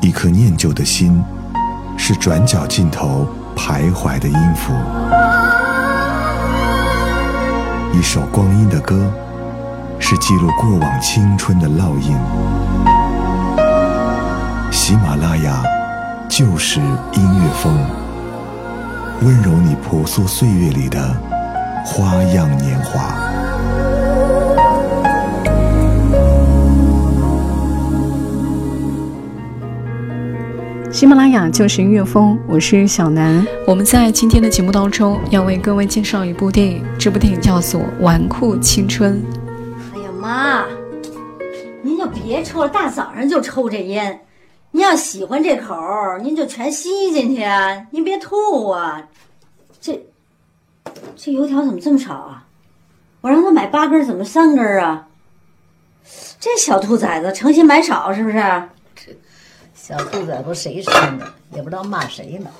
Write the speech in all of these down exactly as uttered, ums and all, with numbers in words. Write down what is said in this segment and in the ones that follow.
一颗念旧的心，是转角尽头徘徊的音符。一首光阴的歌，是记录过往青春的烙印。喜马拉雅就是音乐风，温柔你婆娑岁月里的花样年华。 喜马拉雅就是音乐风，我是小南。 我们在今天的节目当中要为各位介绍一部电影，这部电影叫做《纨绔青春》。 哎呀妈，您就别抽了，大早上就抽这烟。您要喜欢这口，您就全吸进去啊，您别吐啊。这这油条怎么这么少啊？我让他买八根，怎么三根啊？这小兔崽子诚心买少是不是？ 这小兔崽子谁生的，也不知道骂谁呢。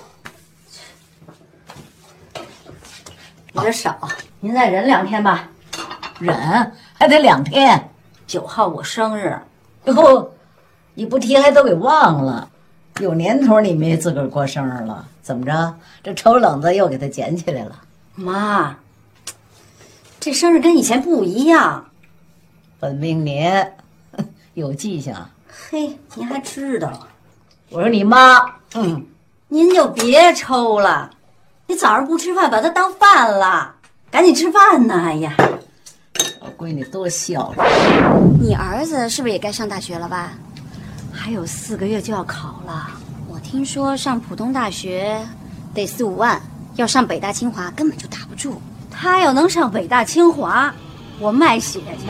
有点少，您再忍两天吧。 忍还得两天。 九号我生日， 哟，你不提还都给忘了。有年头你没自个儿过生日了，怎么着？这抽冷子又给他捡起来了。 妈，这生日跟以前不一样。 本命年，有迹象。 嘿，您还知道？ 我说你妈，嗯， 您就别抽了。你早上不吃饭，把它当饭了，赶紧吃饭呢！哎呀， 我闺女多孝顺。 你儿子是不是也该上大学了吧？ 还有四个月就要考了。 我听说上普通大学得四五万，要上北大清华根本就打不住。 他要能上北大清华，我卖血去。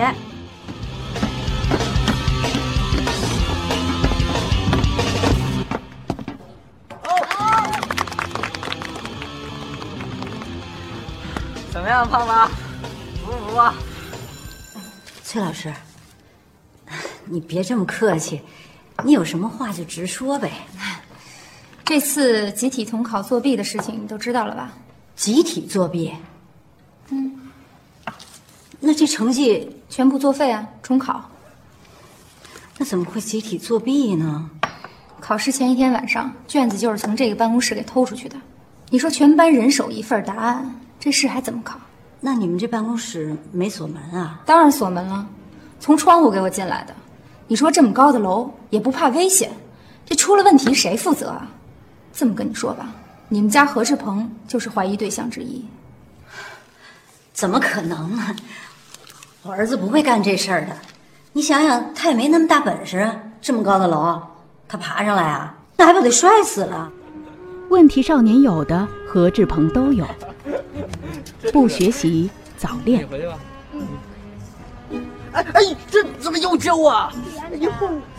怎么样，胖子？服不服啊？ 崔老师，你别这么客气，你有什么话就直说呗。 这次集体统考作弊的事情你都知道了吧？ 集体作弊？嗯。那这成绩全部作废啊，重考。 那怎么会集体作弊呢？ 考试前一天晚上，卷子就是从这个办公室给偷出去的。你说全班人手一份答案，这事还怎么考？ 那你们这办公室没锁门啊？ 当然锁门了，从窗户给我进来的。你说这么高的楼也不怕危险，这出了问题谁负责啊？这么跟你说吧，你们家何志鹏就是怀疑对象之一。 怎么可能呢？我儿子不会干这事儿的。你想想，他也没那么大本事，这么高的楼他爬上来啊，那还不得摔死了？ 问题少年有的，何志鹏都有。不学习，早恋。 回去吧。哎哎，这怎么又揪啊？哎呦！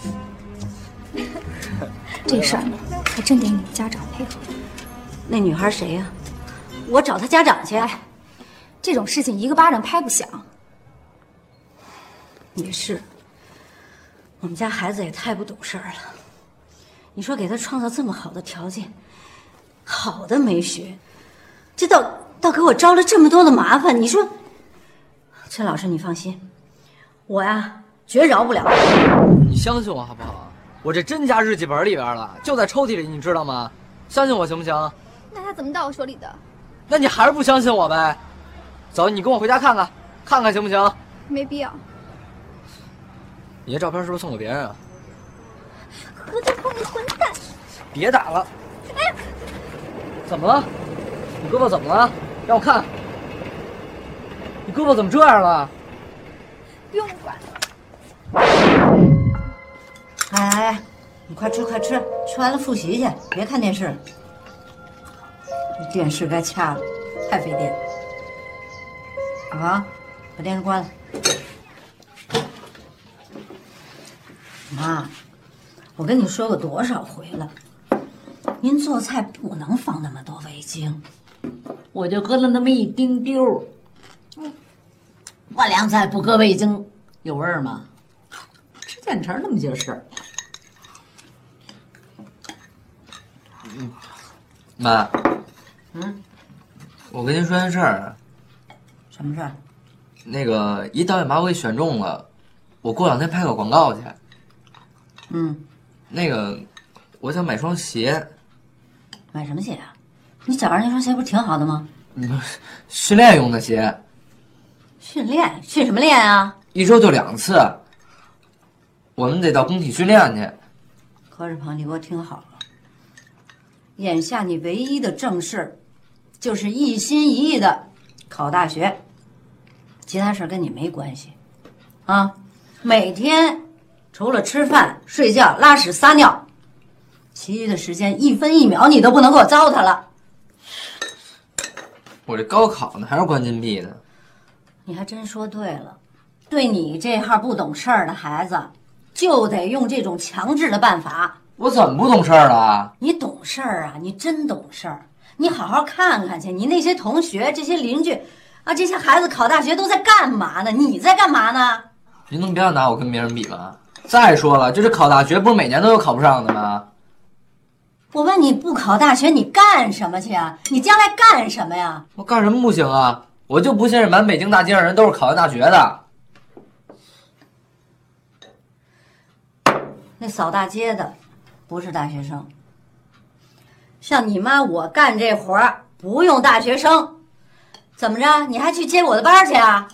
这事儿呢，还真得你们家长配合。 那女孩谁呀、啊？我找她家长去。 哎，这种事情一个巴掌拍不响。 也是，我们家孩子也太不懂事儿了。你说给他创造这么好的条件，好的没学，这倒倒给我招了这么多的麻烦。你说，崔老师，你放心，我呀绝饶不了。 你相信我好不好？我这真加日记本里边了，就在抽屉里，你知道吗？相信我行不行？ 那他怎么到我手里的？ 那你还是不相信我呗？走，你跟我回家看看，看看行不行？ 没必要。 你这照片是不是送给别人啊？ 何志鹏，你混蛋！ 别打了！哎，怎么了？你胳膊怎么了？让我看。你胳膊怎么这样了？ 不用管。 哎哎，你快吃快吃，吃完了复习去，别看电视。电视该掐了，太费电。小王，把电视关了。妈，我跟你说过多少回了，您做菜不能放那么多味精。 我就搁了那么一丁丢。嗯，万凉菜不搁味精有味儿吗？吃见成那么些事儿。 嗯，妈。 嗯， 我跟您说件事儿。 什么事儿？ 那个一导演把我给选中了，我过两天拍个广告去。 嗯， 那个我想买双鞋。 买什么鞋啊？你脚上那双鞋不是挺好的吗？ 嗯，训练用的鞋。 训练？训什么练啊？ 一周就两次，我们得到工体训练去。 何志鹏，你给我听好了，眼下你唯一的正事，就是一心一意的考大学，其他事跟你没关系，啊，每天除了吃饭、睡觉、拉屎、撒尿，其余的时间一分一秒你都不能给我糟蹋了。 我这高考呢，还是关禁闭呢。 你还真说对了，对你这号不懂事儿的孩子，就得用这种强制的办法。 我怎么不懂事儿了？ 你懂事儿啊，你真懂事儿。你好好看看去，你那些同学、这些邻居，啊，这些孩子考大学都在干嘛呢？你在干嘛呢？ 您能别要拿我跟别人比吗？再说了，就是考大学，不是每年都有考不上的吗？ 我问你，不考大学你干什么去啊？你将来干什么呀？ 我干什么不行啊？我就不信任满北京大街上人都是考完大学的。 那扫大街的不是大学生，像你妈我干这活儿不用大学生，怎么着？你还去接我的班去啊？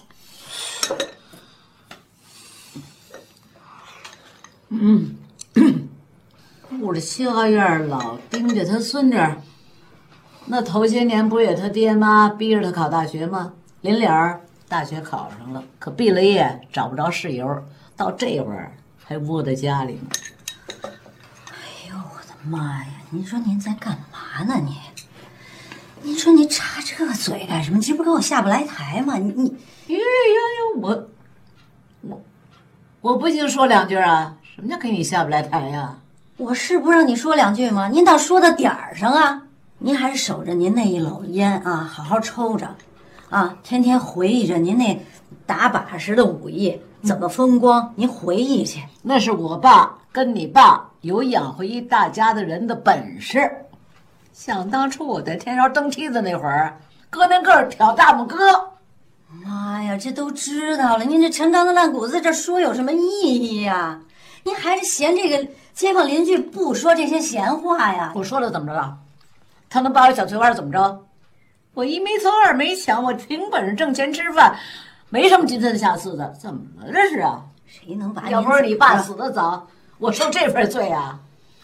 嗯，屋里七合院老盯着他孙女儿，那头些年不也他爹妈逼着他考大学吗？临了儿大学考上了，可毕了业找不着室友，到这会儿还窝在家里呢。 哎呦我的妈呀！您说您在干嘛呢？您，您说您插这个嘴干什么？这不给我下不来台吗？你你， 哟哟哟，我我我不行说两句啊？什么叫给你下不来台呀？ 我是不让你说两句吗？您倒说到点儿上啊！您还是守着您那一篓烟啊，好好抽着，啊，天天回忆着您那打把式的武艺怎么风光，您回忆去。 那是我爸跟你爸有养活一大家的人的本事。想当初我在天桥蹬梯子那会儿，个那个挑大拇哥。 妈呀，这都知道了，您这陈刚的烂谷子这说有什么意义呀？您还是嫌这个街坊邻居不说这些闲话呀？ 我说了怎么着了？他能把我小翠花怎么着？我一没偷二没抢，我凭本事挣钱吃饭，没什么今天下次的。怎么了这是啊？ 谁能把？ 要不是你爸死得早，我受这份罪啊！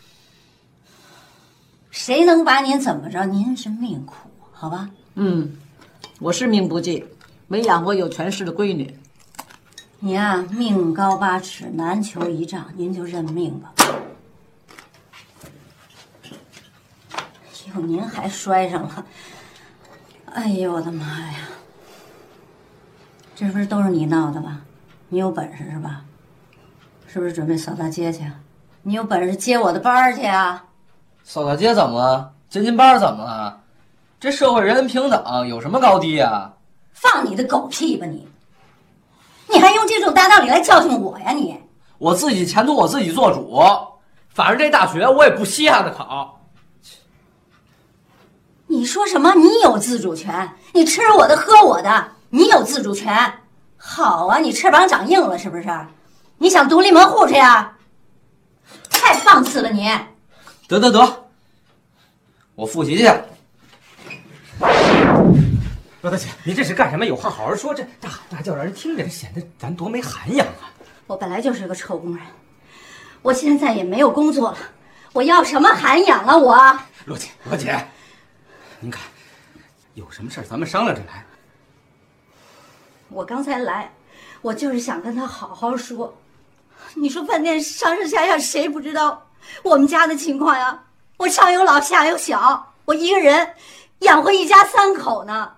谁能把您怎么着？您是命苦，好吧？ 嗯，我是命不济，没养活有权势的闺女。 你呀、啊，命高八尺，难求一丈，您就认命吧。哟，您还摔上了！哎呦我的妈呀！这不是都是你闹的吧？你有本事是吧？是不是准备扫大街去？你有本事接我的班去啊？ 扫大街怎么了？接您班怎么了？这社会人人平等，有什么高低啊？ 放你的狗屁吧你！你还用这种大道理来教训我呀你！ 我自己前途我自己做主，反正这大学我也不稀罕的考。 你说什么？你有自主权，你吃我的喝我的，你有自主权。好啊，你翅膀长硬了是不是？你想独立门户去呀？太放肆了你！ 得得得，我复习去。 罗大姐，您这是干什么？有话好好说，这大喊大叫让人听着，这显得咱多没涵养啊！ 我本来就是个臭工人，我现在也没有工作了，我要什么涵养啊我？ 罗姐，罗姐，您看，有什么事咱们商量着来。 我刚才来，我就是想跟他好好说。你说饭店上上下下谁不知道我们家的情况呀？我上有老下有小，我一个人养活一家三口呢。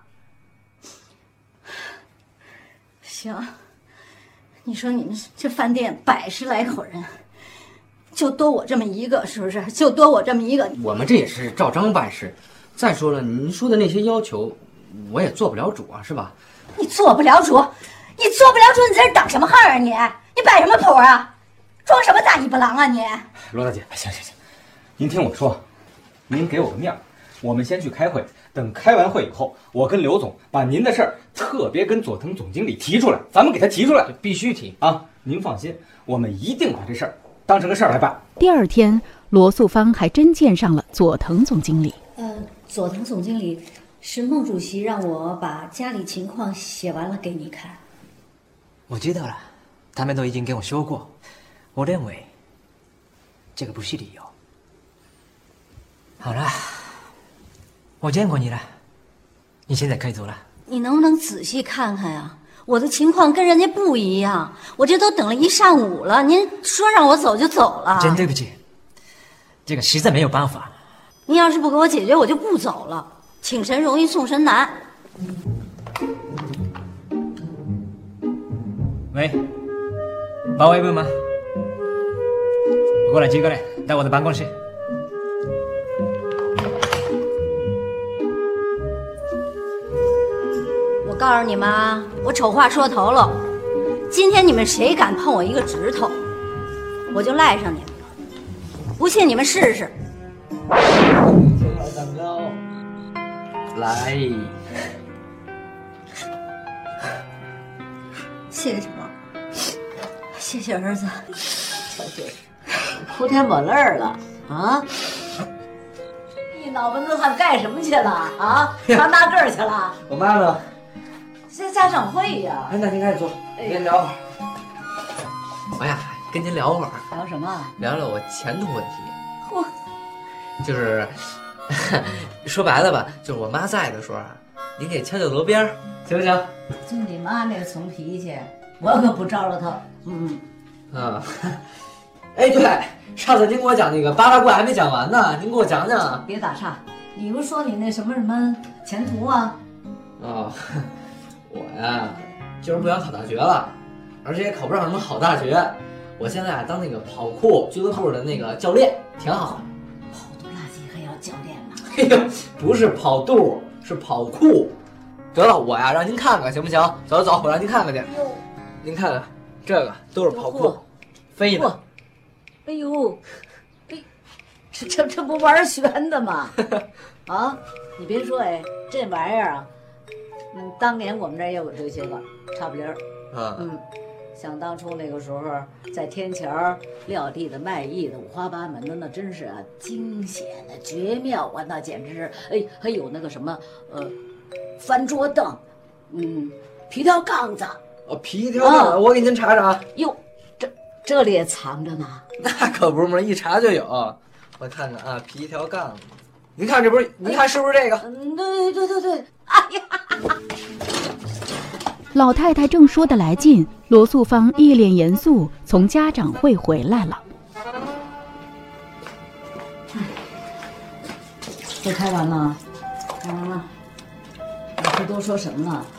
行，你说你们这饭店百十来口人，就多我这么一个，是不是？就多我这么一个。 我们这也是照章办事。再说了，您说的那些要求，我也做不了主啊，是吧？ 你做不了主，你做不了主，你在这等什么号啊你？你摆什么谱啊？装什么大尾巴狼啊你？ 罗大姐，行行行，您听我说，您给我个面儿，我们先去开会。等开完会以后，我跟刘总把您的事儿特别跟佐藤总经理提出来，咱们给他提出来，必须提啊！您放心，我们一定把这事儿当成个事儿来办。 第二天， 罗素芳还真见上了佐藤总经理。 呃，佐藤总经理，是孟主席让我把家里情况写完了给你看。 我知道了，他们都已经跟我说过。我认为这个不是理由。好了，我见过你了，你现在可以走了。 你能不能仔细看看呀？我的情况跟人家不一样，我这都等了一上午了，您说让我走就走了。 真对不起，这个实在没有办法。 您要是不给我解决，我就不走了。请神容易送神难。 喂，保卫部吗？过来几个人，到我的办公室。 我告诉你们啊，我丑话说头了，今天你们谁敢碰我一个指头，我就赖上你们了。不信你们试试。 蛋糕，来， 谢谢什么？谢谢儿子。 哭天抹泪了啊！你脑门子上干什么去了啊？上大个儿去了？ 我妈呢？ 这家长会呀。 哎，那您开始坐，跟您聊会儿。哎呀，跟您聊会儿。 聊什么？ 聊聊我前途问题。 嚯， 就是说白了吧，就是我妈在的时候，您给敲敲锣边，行不行？ 就你妈那个怂脾气，我可不招了她。嗯。 啊。哎，对，上次您给我讲那个八大怪还没讲完呢，您给我讲讲。 别打岔，你不是说你那什么什么前途啊？ 哦，我呀，就是不想考大学了，而且也考不上什么好大学。我现在啊，当那个跑酷俱乐部的那个教练，挺好。 跑肚垃圾还要教练呢？ 哎呦，不是跑肚，是跑酷。得了，我呀让您看看行不行？走走走，我让您看看去。您看看，这个都是跑酷，飞的。 哎呦，哎，这这这不玩旋的吗？啊，你别说，哎，这玩意儿啊，嗯，当年我们这儿也有这些个差不离儿。 啊， 嗯，想当初那个时候，在天桥撂地的、卖艺的、五花八门的，那真是啊，惊险的、绝妙啊，那简直是，哎，还有那个什么，呃，翻桌凳，嗯，皮条杠子。 哦，皮条杠子，我给您查查。 哟，这这里也藏着呢。 那可不是嘛，一查就有。我看看啊，皮条杠子，您看这不是？您看是不是这个？ 嗯，对对对对。哎呀！ 老太太正说得来劲，罗素芳一脸严肃从家长会回来了。 都开完了，开完了。老师都说什么了？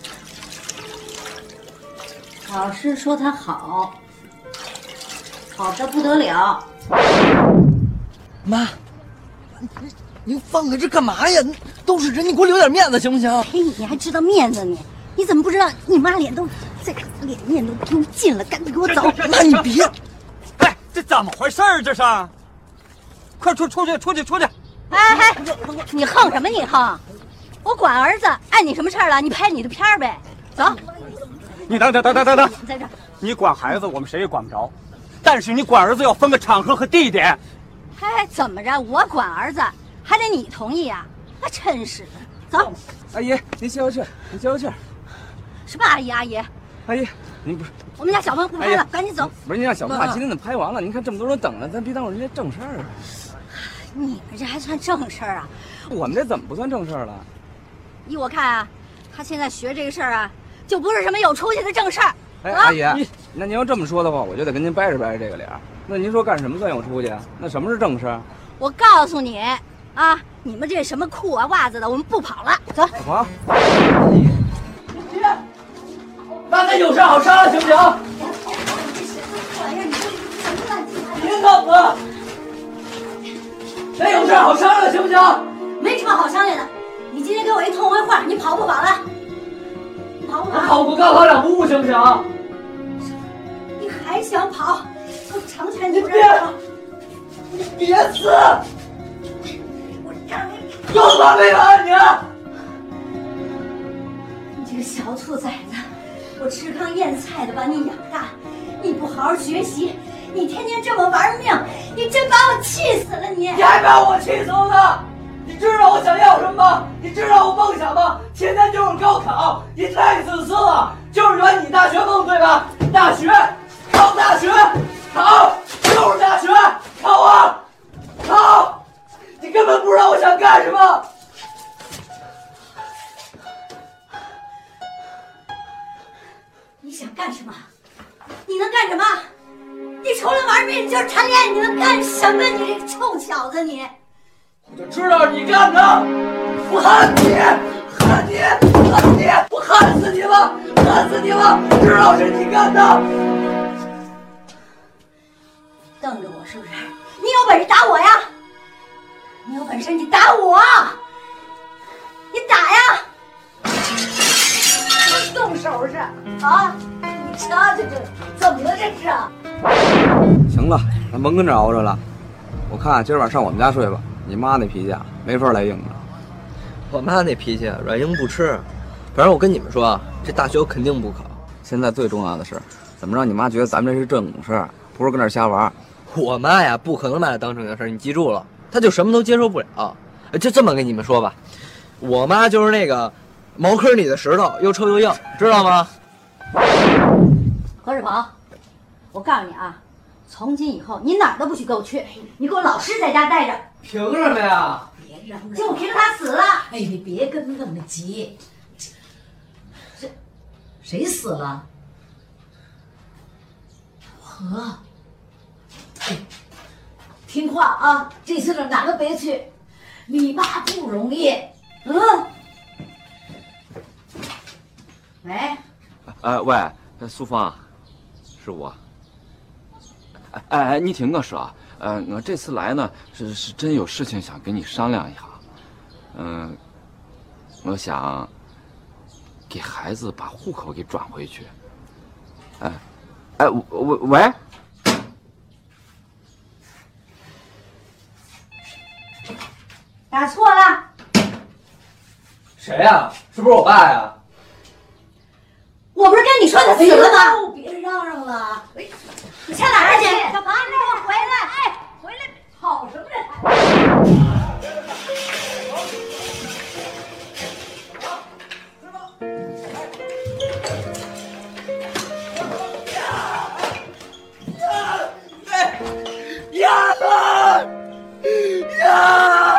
老师说他好。好的不得了， 妈，您放开这干嘛呀？都是人，你给我留点面子行不行？ 嘿，你还知道面子你？你怎么不知道？你妈脸都这个脸面都丢尽了，赶紧给我走！ 妈，你别！ 哎，这怎么回事儿？这是？快出出去出去出去！ 哎哎，你横什么？你横！我管儿子，碍你什么事儿了？你拍你的片儿呗，走。 你等等等等等等， 在这儿。 你管孩子，我们谁也管不着。但是你管儿子要分个场合和地点。 哎，怎么着？我管儿子还得你同意啊？那真是的。走， 阿姨，您歇会气，您歇会气。 什么阿姨阿姨？ 阿姨，您不是我们家小胖不拍了，赶紧走。 不是您让小胖今天怎么拍完了？您看这么多人等着，咱别耽误人家正事儿啊。 你们这还算正事儿啊？ 我们这怎么不算正事儿了？ 依我看啊，他现在学这个事儿啊，就不是什么有出息的正事儿。 哎，阿姨，那您要这么说的话，我就得跟您掰扯掰扯这个脸。那您说干什么算有出息？那什么是正事？ 我告诉你啊，你们这什么裤啊、袜子的，我们不跑了，走。 好。 那咱有事好商量，行不行？别弄了！咱有事好商量，行不行？ 没什么好商量的。你今天给我一通回话，你跑不跑了？你跑不跑？ 我跑过高考两不误，行不行？ 你还想跑？我成全你！ 你别！你别死！ 我让你有完没完你？ 你这个小兔崽子！我吃糠咽菜的把你养大，你不好好学习，你天天这么玩命，你真把我气把我气疯了！你知道我想要什么吗？你知道我梦想吗？天天就是高考，你太自私了！就是圆你大学梦对吧？大学，考大学，考就是大学，考啊，考！你根本不知道我想干什么。 你想干什么？你能干什么？你除了玩命就是谈恋爱，你能干什么？你这个臭小子你！ 我就知道是你干的！我恨你，恨你，恨你！我恨死你了，恨死你了！知道是你干的！ 瞪着我是不是？你有本事打我呀！你有本事你打我！你打呀！动手是啊？你瞧瞧这怎么了这是？ 行了，咱甭跟这熬着了。我看今儿晚上我们家睡吧。你妈那脾气啊，没法来硬的。 我妈那脾气软硬不吃。反正我跟你们说啊，这大学我肯定不考。 现在最重要的是，怎么让你妈觉得咱们这是正经事儿，不是跟那儿瞎玩。 我妈呀，不可能把它当正经事儿，你记住了，她就什么都接受不了。就这么跟你们说吧，我妈就是那个茅坑里的石头，又臭又硬，知道吗？ 何志鹏，我告诉你啊，从今以后你哪儿都不许跟我去，你给我老实在家待着。 凭什么呀？ 别嚷嚷！就凭他死了。 哎，你别跟他那么急。这谁死了？和。哎，听话啊！这次哪哪都别去，你妈不容易。嗯。喂。 哎喂，苏芳，是我。哎哎，你听我说，呃，我这次来呢，是是真有事情想跟你商量一下。嗯，我想给孩子把户口给转回去。哎，哎，喂喂， 打错了。 谁呀？是不是我爸呀？ 我不是跟你说他死了吗？ 哎、别嚷嚷了！ 哎，你上哪儿去？干嘛？你给我回来！哎，回来！跑什么呀？ 呀了呀！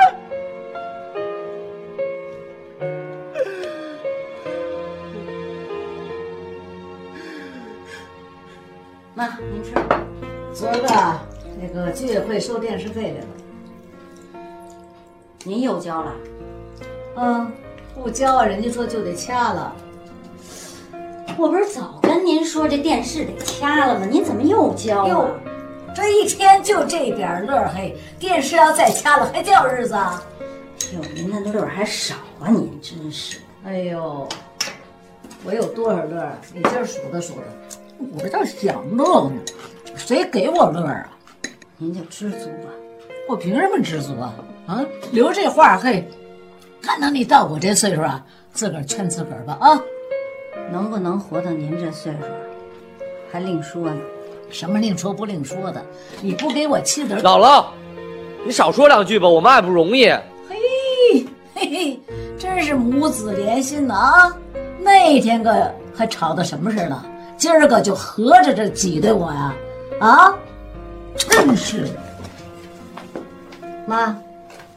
妈，您吃。 昨儿个那个居委会收电视费来了， 您又交了？ 嗯，不交啊，人家说就得掐了。 我不是早跟您说这电视得掐了吗？您怎么又交了？ 这一天就这点乐嘿，电视要再掐了还叫日子啊？ 哟，您那乐还少啊，您真是。 哎呦，我有多少乐？你今儿数着数着。我这想乐呢，谁给我乐啊？ 您就知足吧。 我凭什么知足啊？啊，留这话嘿，看到你到我这岁数啊，自个儿劝自个儿吧啊。 能不能活到您这岁数，还另说呢。 什么另说不另说的？你不给我气的。 姥姥，你少说两句吧，我妈也不容易。 嘿嘿嘿，真是母子连心呐啊！那天个还吵得什么似的。今儿个就合着这挤兑我呀，啊，真是的。 妈，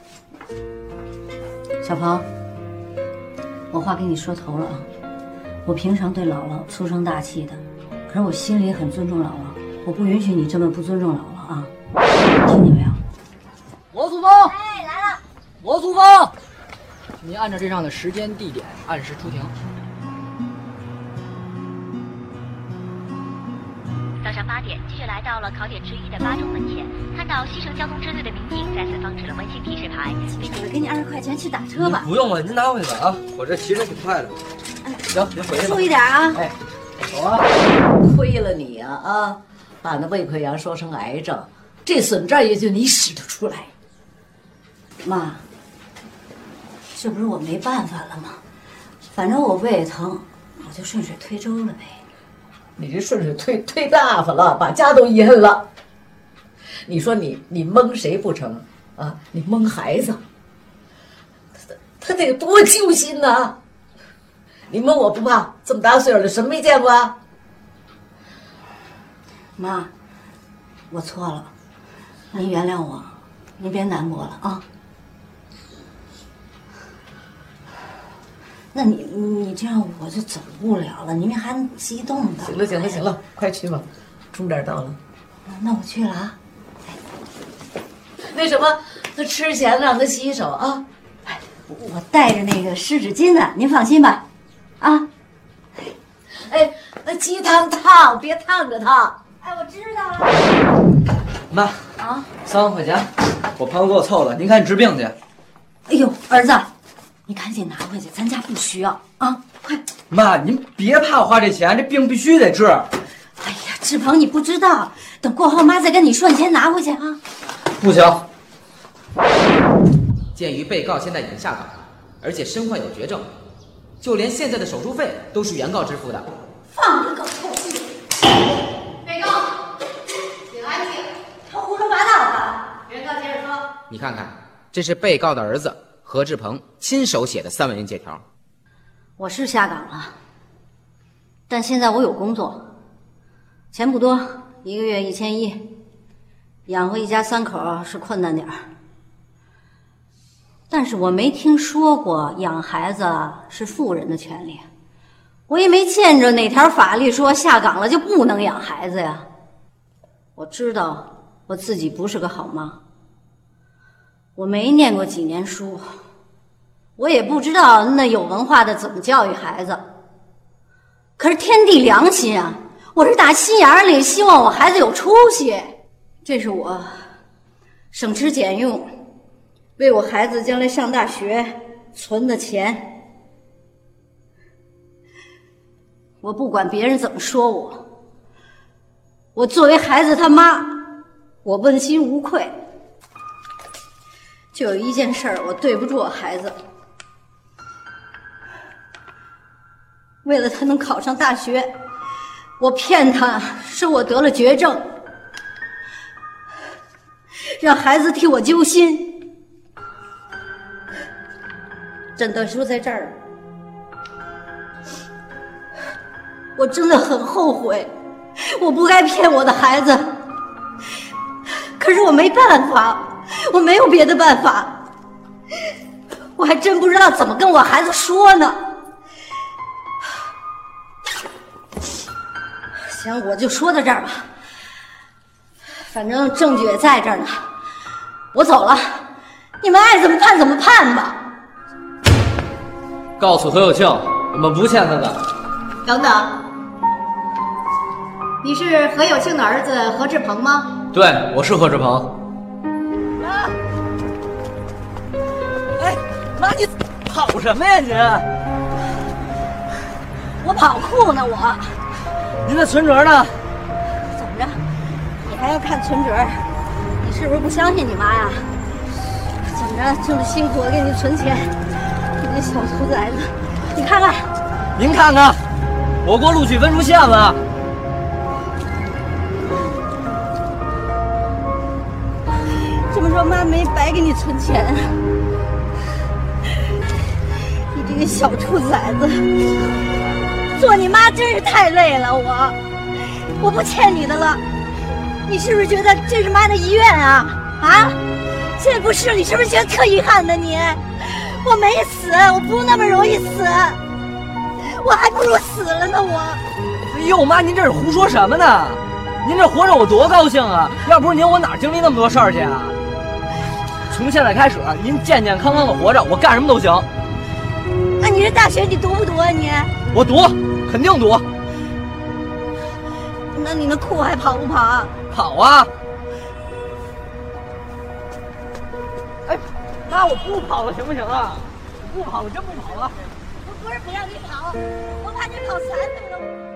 小鹏，我话跟你说头了啊，我平常对姥姥粗声大气的，可是我心里很尊重姥姥，我不允许你这么不尊重姥姥啊，听见没有？ 罗素峰， 哎，来了。 罗素峰，您按照这上的时间地点按时出庭。 早上八点，记者来到了考点之一的八中门前，看到西城交通支队的民警在此放置了温馨提示牌。 我给你二十块钱去打车吧。 不用了，您拿回去吧啊，我这骑着挺快的。行，您回去吧。 注意点啊。 哎，走啊。 亏了你呀啊，啊！把那胃溃疡说成癌症，这损账也就你使得出来。 妈，这不是我没办法了吗？反正我胃疼，我就顺水推舟了呗。 你这顺水推推大发了，把家都淹了。你说你你蒙谁不成？ 啊，你蒙孩子，他他得多揪心呐！你蒙我不怕，这么大岁数了，什么没见过啊？ 妈，我错了，您原谅我，您别难过了啊。那你你这样我就走不了了，您还激动的。 行了行了行了，快去吧，钟点到了。 那我去了啊。 那什么，那吃前让他洗洗手啊。 哎，我带着那个湿纸巾呢，您放心吧。啊。 哎，那鸡汤烫，别烫着它。 哎，我知道了。 妈啊， 三万块钱，我朋友给我凑了，您赶紧治病去。 哎呦，儿子，你赶紧拿回去，咱家不需要啊！快。 妈，您别怕我花这钱，这病必须得治。 哎呀，志鹏，你不知道，等过后妈再跟你说，你先拿回去啊。 不行。 鉴于被告现在已经下岗，而且身患有绝症，就连现在的手术费都是原告支付的。 放你个臭屁！ 被告，请安静。 他胡说八道吧？ 原告接着说。 你看看，这是被告的儿子何志鹏亲手写的三万元借条。 我是下岗了，但现在我有工作，钱不多，一个月一千一，养活一家三口是困难点儿。但是我没听说过养孩子是富人的权利，我也没见着哪条法律说下岗了就不能养孩子呀。我知道我自己不是个好妈，我没念过几年书，我也不知道那有文化的怎么教育孩子。可是天地良心啊，我是打心眼里希望我孩子有出息，这是我省吃俭用为我孩子将来上大学存的钱。我不管别人怎么说我，我作为孩子他妈，我问心无愧。就有一件事儿，我对不住我孩子。为了他能考上大学，我骗他说我得了绝症，让孩子替我揪心。真的说在这儿，我真的很后悔，我不该骗我的孩子。可是我没办法，我没有别的办法，我还真不知道怎么跟我孩子说呢。行，我就说到这儿吧，反正证据也在这儿呢，我走了，你们爱怎么判怎么判吧。 告诉何有庆，我们不欠他的。 等等，你是何有庆的儿子何志鹏吗？ 对，我是何志鹏。 妈，哎，妈，你跑什么呀你？ 我跑酷呢，我。 您的存折呢？ 怎么着？你还要看存折？你是不是不相信你妈呀？怎么着，这么辛苦的给你存钱，你这小兔崽子，你看看。 您看看，我国录取分数线了。 这么说，妈没白给你存钱。你这个小兔崽子，做你妈真是太累了，我我不欠你的了。你是不是觉得这是妈的遗愿啊？啊？现在不是，你是不是觉得特遗憾呢？你，我没死，我不那么容易死，我还不如死了呢。我， 哎呦妈，您这是胡说什么呢？您这活着我多高兴啊！要不是您，我哪经历那么多事儿去啊？从现在开始，您健健康康的活着，我干什么都行。 那你这大学你读不读啊你？ 我读，肯定读。 那你那酷还跑不跑啊？ 跑啊！哎，妈，我不跑了，行不行啊？不跑了，真不跑了。 我不是不让你跑，我怕你跑残废了。